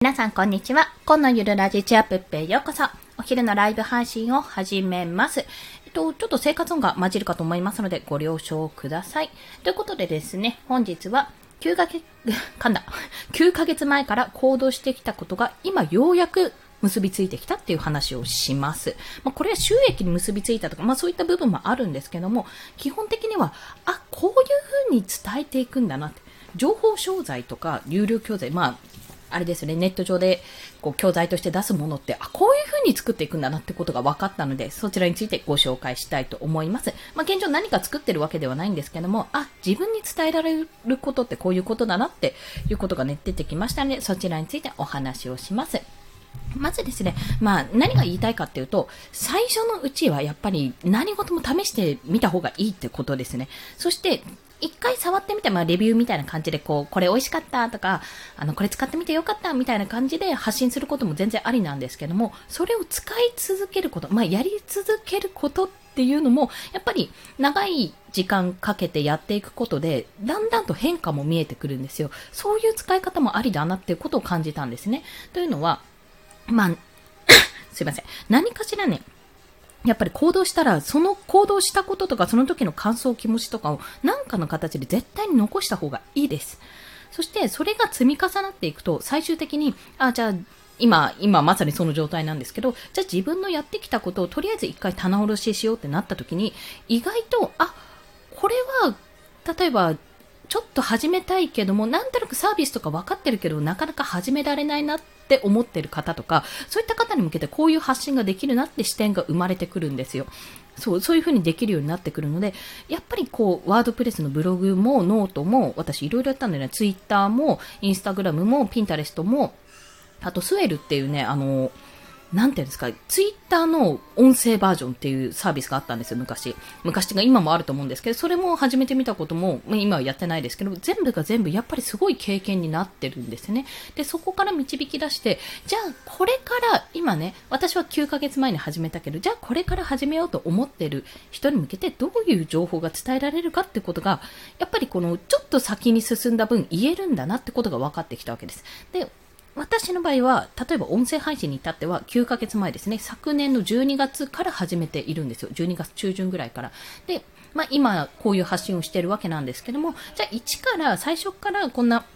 皆さんこんにちは。今のゆるラジチアップへようこそ。お昼のライブ配信を始めます。ちょっと生活音が混じるかと思いますのでご了承ください。ということでですね、本日は9ヶ月前から行動してきたことが今ようやく結びついてきたっていう話をします。これは収益に結びついたとか、そういった部分もあるんですけども、基本的には、こういう風に伝えていくんだなって。情報商材とか有料教材、あれですね、ネット上で教材として出すものって、こういう風に作っていくんだなってことが分かったので、そちらについてご紹介したいと思います。現状何か作ってるわけではないんですけども、自分に伝えられることってこういうことだなっていうことがね、出てきましたので、そちらについてお話をします。まずですね、何が言いたいかっていうと、最初のうちはやっぱり何事も試してみた方がいいってことですね。そして、一回触ってみて、レビューみたいな感じで、これ美味しかったとか、これ使ってみてよかったみたいな感じで発信することも全然ありなんですけども、それを使い続けること、やり続けることっていうのも、やっぱり長い時間かけてやっていくことで、だんだんと変化も見えてくるんですよ。そういう使い方もありだなっていうことを感じたんですね。というのは、すいません。何かしらね、やっぱり行動したら、その行動したこととか、その時の感想、気持ちとかを何かの形で絶対に残した方がいいです。そして、それが積み重なっていくと、最終的に、じゃあ、今まさにその状態なんですけど、じゃあ自分のやってきたことをとりあえず一回棚卸ししようってなった時に、意外と、これは、例えば、ちょっと始めたいけども、なんとなくサービスとか分かってるけど、なかなか始められないなって思ってる方とか、そういった方に向けてこういう発信ができるなって視点が生まれてくるんですよ。そういう風にできるようになってくるので、やっぱりワードプレスのブログもノートも、私いろいろやったんだよね。ツイッターも、インスタグラムも、ピンタレストも、あとスエルっていうね、なんていうんですか、ツイッターの音声バージョンっていうサービスがあったんですよ、昔が今もあると思うんですけど、それも始めてみたことも、今はやってないですけど、全部が全部やっぱりすごい経験になってるんですね。で、そこから導き出して、じゃあこれから今ね、私は9ヶ月前に始めたけど、じゃあこれから始めようと思ってる人に向けてどういう情報が伝えられるかってことが、やっぱりちょっと先に進んだ分言えるんだなってことが分かってきたわけです。で、私の場合は、例えば音声配信に至っては9ヶ月前ですね。昨年の12月から始めているんですよ。12月中旬ぐらいから。で、今こういう発信をしているわけなんですけども、じゃあ最初からこんな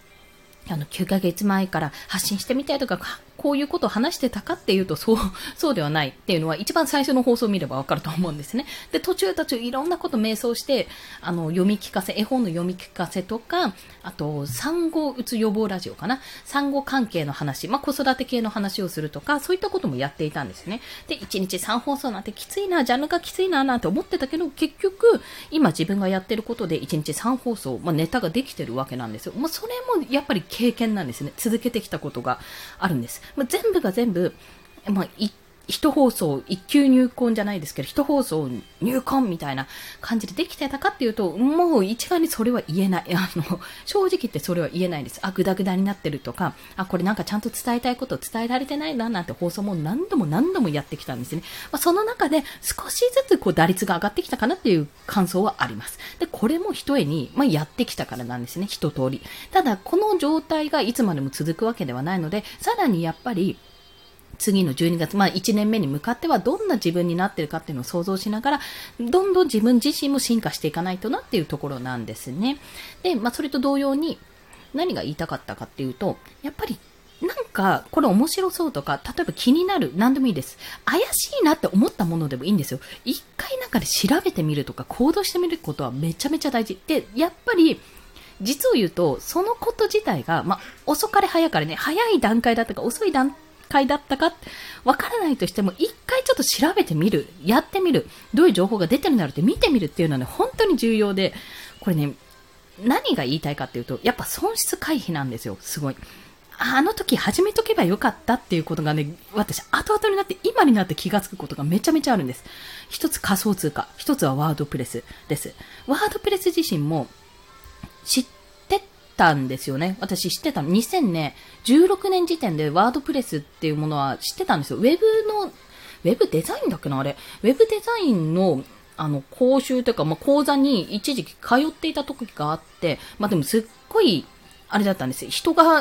9ヶ月前から発信してみたいとか、こういうことを話してたかっていうと、そうではないっていうのは一番最初の放送を見ればわかると思うんですね。で、途中いろんなこと瞑想して、読み聞かせ、絵本の読み聞かせとか、あと、産後うつ予防ラジオかな。産後関係の話、子育て系の話をするとか、そういったこともやっていたんですね。で、1日3放送なんてきついな、ジャンルがきついな、なんて思ってたけど、結局、今自分がやってることで1日3放送、ネタができてるわけなんですよ。それもやっぱり経験なんですね。続けてきたことがあるんです。全部が全部、一放送、一級入魂じゃないですけど、一放送入魂みたいな感じでできてたかっていうと、もう一概にそれは言えない。正直言ってそれは言えないです。グダグダになってるとか、これなんかちゃんと伝えたいことを伝えられてないな、なんて放送も何度もやってきたんですね。その中で少しずつ打率が上がってきたかなっていう感想はあります。で、これも一重に、やってきたからなんですね、一通り。ただ、この状態がいつまでも続くわけではないので、さらにやっぱり、次の12月、1年目に向かってはどんな自分になっているかっていうのを想像しながら、どんどん自分自身も進化していかないとなっていうところなんですね。で、それと同様に何が言いたかったかっていうと、やっぱりなんかこれ面白そうとか、例えば気になる、何でもいいです。怪しいなって思ったものでもいいんですよ。一回なんかで調べてみるとか行動してみることはめちゃめちゃ大事。で、やっぱり実を言うと、そのこと自体が、遅かれ早かれね、早い段階だったか遅い段階だったかわからないとしても、一回ちょっと調べてみる、やってみる、どういう情報が出てるんだろうって見てみるっていうのはね、本当に重要で、これね、何が言いたいかっていうと、やっぱ損失回避なんですよ、すごい。あの時始めとけばよかったっていうことがね、私後々になって今になって気がつくことがめちゃめちゃあるんです。一つ仮想通貨、一つはワードプレスです。ワードプレス自身も知ってたんですよね。私知ってたの。2016年時点でワードプレスっていうものは知ってたんですよ。ウェブデザインだっけなあれ。ウェブデザインの講習というか、講座に一時期通っていた時があって、でもすっごい、あれだったんですよ。人が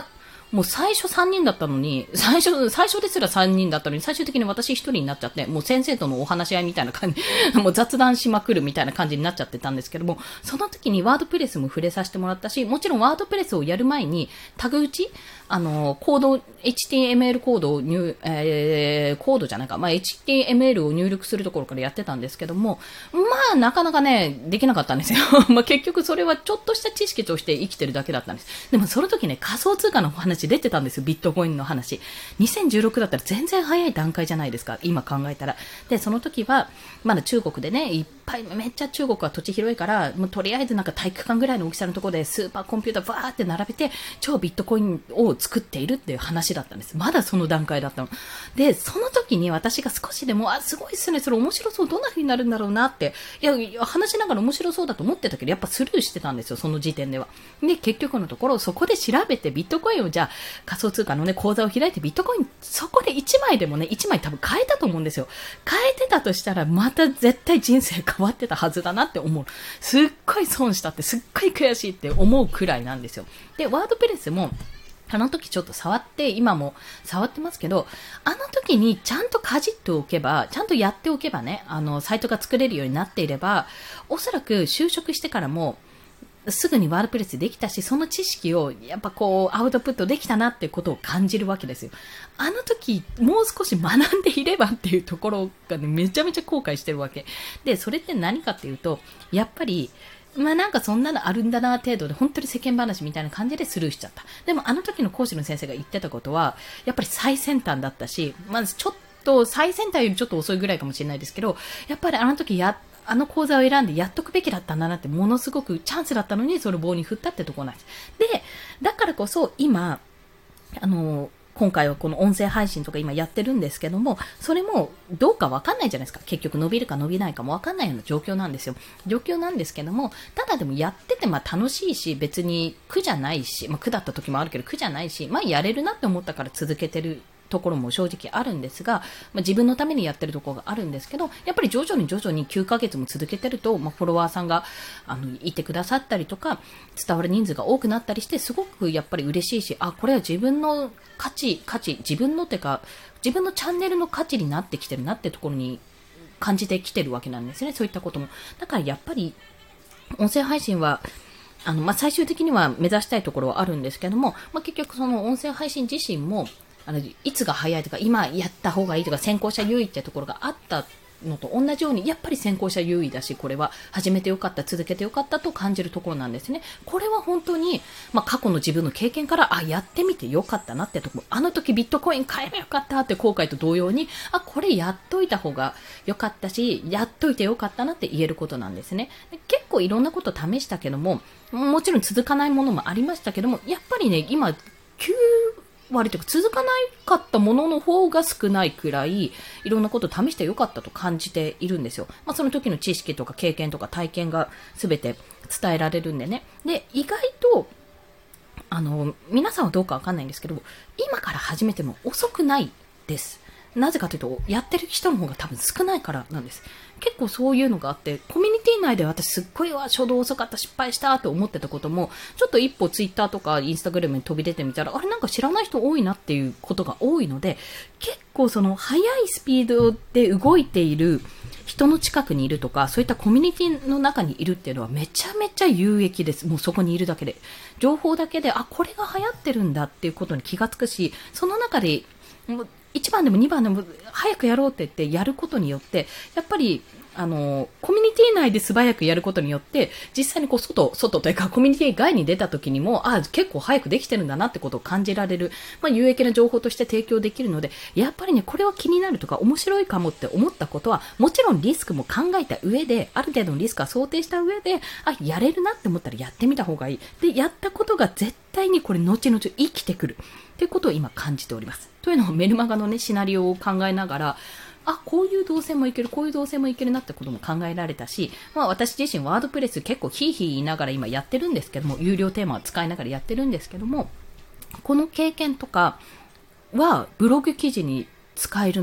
もう最初3人だったのに、最初ですら3人だったのに、最終的に私1人になっちゃって、もう先生とのお話し合いみたいな感じ、もう雑談しまくるみたいな感じになっちゃってたんですけども、その時にワードプレスも触れさせてもらったし、もちろんワードプレスをやる前に、タグ打ちコード、HTML コードをコードじゃないか、HTML を入力するところからやってたんですけども、なかなかね、できなかったんですよ。結局それはちょっとした知識として生きてるだけだったんです。でもその時ね、仮想通貨の話出てたんですよ、ビットコインの話。2016だったら全然早い段階じゃないですか、今考えたら。で、その時は、まだ中国でね、いっぱい、めっちゃ中国は土地広いから、もうとりあえずなんか体育館ぐらいの大きさのところでスーパーコンピューターバーって並べて、超ビットコインを作っているっていう話だったんです。まだその段階だったの。で、その時に私が少しでも、すごいっすね、それ面白そう、どんな風になるんだろうなって、話しながら面白そうだと思ってたけど、やっぱスルーしてたんですよ、その時点では。で、結局のところ、そこで調べてビットコインをじゃあ、仮想通貨のね、口座を開いてビットコイン、そこで1枚でもね、1枚多分変えたと思うんですよ。変えてたとしたら、また絶対人生変わってたはずだなって思う。すっごい損したって、すっごい悔しいって思うくらいなんですよ。で、ワードプレスも、あの時ちょっと触って、今も触ってますけど、あの時にちゃんとかじっておけば、ちゃんとやっておけばね、サイトが作れるようになっていれば、おそらく就職してからも、すぐにワードプレスできたし、その知識をやっぱこうアウトプットできたなってことを感じるわけですよ。あの時もう少し学んでいればっていうところがね、めちゃめちゃ後悔してるわけ。で、それって何かっていうと、やっぱり、なんかそんなのあるんだな程度で本当に世間話みたいな感じでスルーしちゃった。でもあの時の講師の先生が言ってたことは、やっぱり最先端だったし、まずちょっと最先端よりちょっと遅いぐらいかもしれないですけど、やっぱりあの時あの講座を選んでやっとくべきだったんだなって、ものすごくチャンスだったのにそれを棒に振ったってところなんです。で、だからこそ今、今回はこの音声配信とか今やってるんですけども、それもどうかわかんないじゃないですか。結局伸びるか伸びないかもわかんないような状況なんですよ。状況なんですけども、ただでもやってて楽しいし、別に苦じゃないし、苦だった時もあるけど苦じゃないし、やれるなって思ったから続けてるところも正直あるんですが、自分のためにやってるところがあるんですけど、やっぱり徐々に9ヶ月も続けてると、フォロワーさんがいてくださったりとか、伝わる人数が多くなったりして、すごくやっぱり嬉しいし、これは自分の価値、自分のってか、自分のチャンネルの価値になってきてるなってところに感じてきてるわけなんですね、そういったことも。だからやっぱり、音声配信は、最終的には目指したいところはあるんですけども、結局その音声配信自身も、いつが早いとか、今やった方がいいとか、先行者優位ってところがあったのと同じように、やっぱり先行者優位だし、これは始めてよかった、続けてよかったと感じるところなんですね。これは本当に、過去の自分の経験から、やってみてよかったなってところ、あの時ビットコイン買えばよかったって後悔と同様に、これやっといた方がよかったし、やっといてよかったなって言えることなんですね。結構いろんなこと試したけども、もちろん続かないものもありましたけども、やっぱりね、今、割と続かなかったものの方が少ないくらい、いろんなことを試してよかったと感じているんですよ。その時の知識とか経験とか体験が全て伝えられるんでね。で、意外と、皆さんはどうかわかんないんですけど、今から始めても遅くないです。なぜかというと、やってる人の方が多分少ないからなんです。結構そういうのがあって、コミュニティ内で私すっごい初動遅かった、失敗したって思ってたことも、ちょっと一歩ツイッターとかインスタグラムに飛び出てみたら、なんか知らない人多いなっていうことが多いので、結構その速いスピードで動いている人の近くにいるとか、そういったコミュニティの中にいるっていうのはめちゃめちゃ有益です。もうそこにいるだけで。情報だけで、これが流行ってるんだっていうことに気がつくし、その中で、1番でも2番でも早くやろうって言ってやることによって、やっぱり、コミュニティ内で素早くやることによって、実際に外というかコミュニティ外に出た時にも、結構早くできてるんだなってことを感じられる、有益な情報として提供できるので、やっぱりね、これは気になるとか面白いかもって思ったことは、もちろんリスクも考えた上で、ある程度のリスクは想定した上で、やれるなって思ったらやってみた方がいい。で、やったことが絶対にこれ後々生きてくる。っていうことを今感じております。というのをメルマガのね、シナリオを考えながら、こういう動線もいける、こういう動線もいけるなってことも考えられたし、私自身ワードプレス結構ヒーヒー言いながら今やってるんですけども、有料テーマを使いながらやってるんですけども、この経験とかはブログ記事に使えるなっ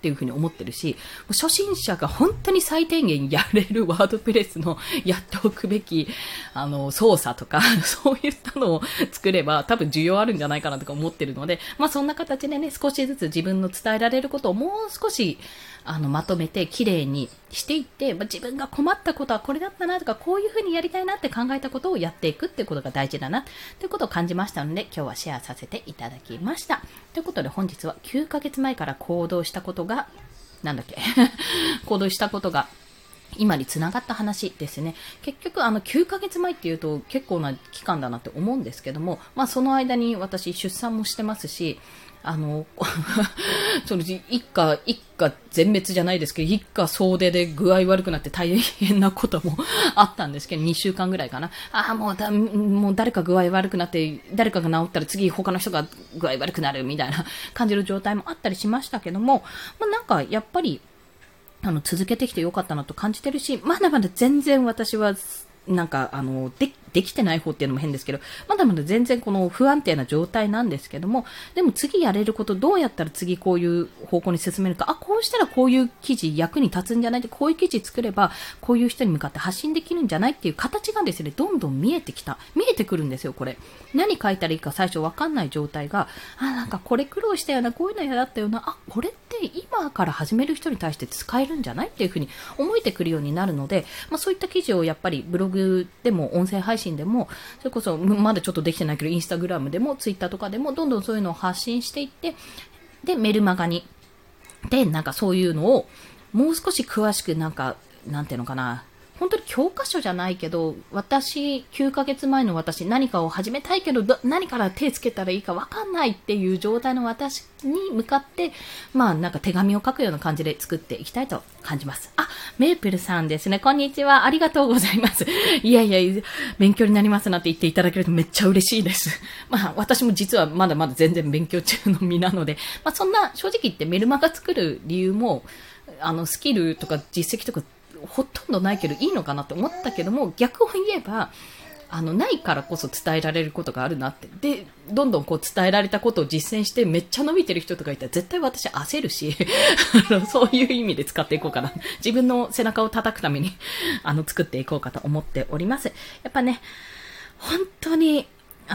っていうふうに思ってるし、初心者が本当に最低限やれるワードプレスのやっておくべき、操作とか、そういったのを作れば多分需要あるんじゃないかなとか思ってるので、そんな形でね、少しずつ自分の伝えられることをもう少し、まとめて綺麗にしていって、自分が困ったことはこれだったなとか、こういうふうにやりたいなって考えたことをやっていくっていうことが大事だなということを感じましたので、今日はシェアさせていただきました。ということで本日は9ヶ月前から行動したことが、行動したことが、今に繋がった話ですね。結局9ヶ月前っていうと結構な期間だなって思うんですけども、その間に私出産もしてますし、その一家全滅じゃないですけど、一家総出で具合悪くなって大変なこともあったんですけど、2週間ぐらいかな。もう誰か具合悪くなって、誰かが治ったら次他の人が具合悪くなるみたいな感じの状態もあったりしましたけども、なんかやっぱり、続けてきてよかったなと感じてるし、まだまだ全然私は、できてない方っていうのも変ですけど、まだまだ全然この不安定な状態なんですけども、でも次やれること、どうやったら次こういう方向に進めるか、こうしたらこういう記事役に立つんじゃないって、こういう記事作れば、こういう人に向かって発信できるんじゃないっていう形がですね、どんどん見えてくるんですよ、これ。何書いたらいいか最初わかんない状態が、なんかこれ苦労したよな、こういうの嫌だったよな、これって今から始める人に対して使えるんじゃないっていうふうに思えてくるようになるので、そういった記事をやっぱりブログでも音声配信でも、それこそまだちょっとできてないけどインスタグラムでもツイッターとかでもどんどんそういうのを発信していって、でメルマガにでそういうのをもう少し詳しくなんていうのかな、本当に教科書じゃないけど、9ヶ月前の私、何かを始めたいけど、何から手つけたらいいか分かんないっていう状態の私に向かって、手紙を書くような感じで作っていきたいと感じます。メープルさんですね。こんにちは。ありがとうございます。いや、勉強になりますなって言っていただけるとめっちゃ嬉しいです。私も実はまだまだ全然勉強中の身なので、そんな正直言ってメルマガ作る理由も、スキルとか実績とか、ほとんどないけどいいのかなって思ったけども、逆を言えばないからこそ伝えられることがあるなって。で、どんどん伝えられたことを実践してめっちゃ伸びてる人とかいたら絶対私焦るしそういう意味で使っていこうかな。自分の背中を叩くために作っていこうかと思っております。やっぱね、本当に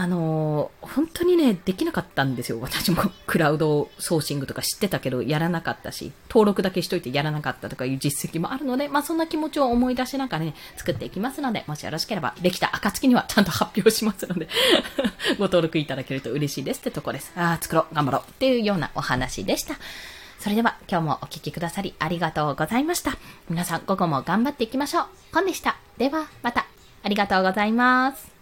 ね、できなかったんですよ。私もクラウドソーシングとか知ってたけどやらなかったし、登録だけしといてやらなかったとかいう実績もあるので、そんな気持ちを思い出しながらね、作っていきますので、もしよろしければ、できた暁にはちゃんと発表しますので、ご登録いただけると嬉しいですってとこです。作ろう、頑張ろうっていうようなお話でした。それでは今日もお聞きくださりありがとうございました。皆さん午後も頑張っていきましょう。コンでした。ではまた。ありがとうございます。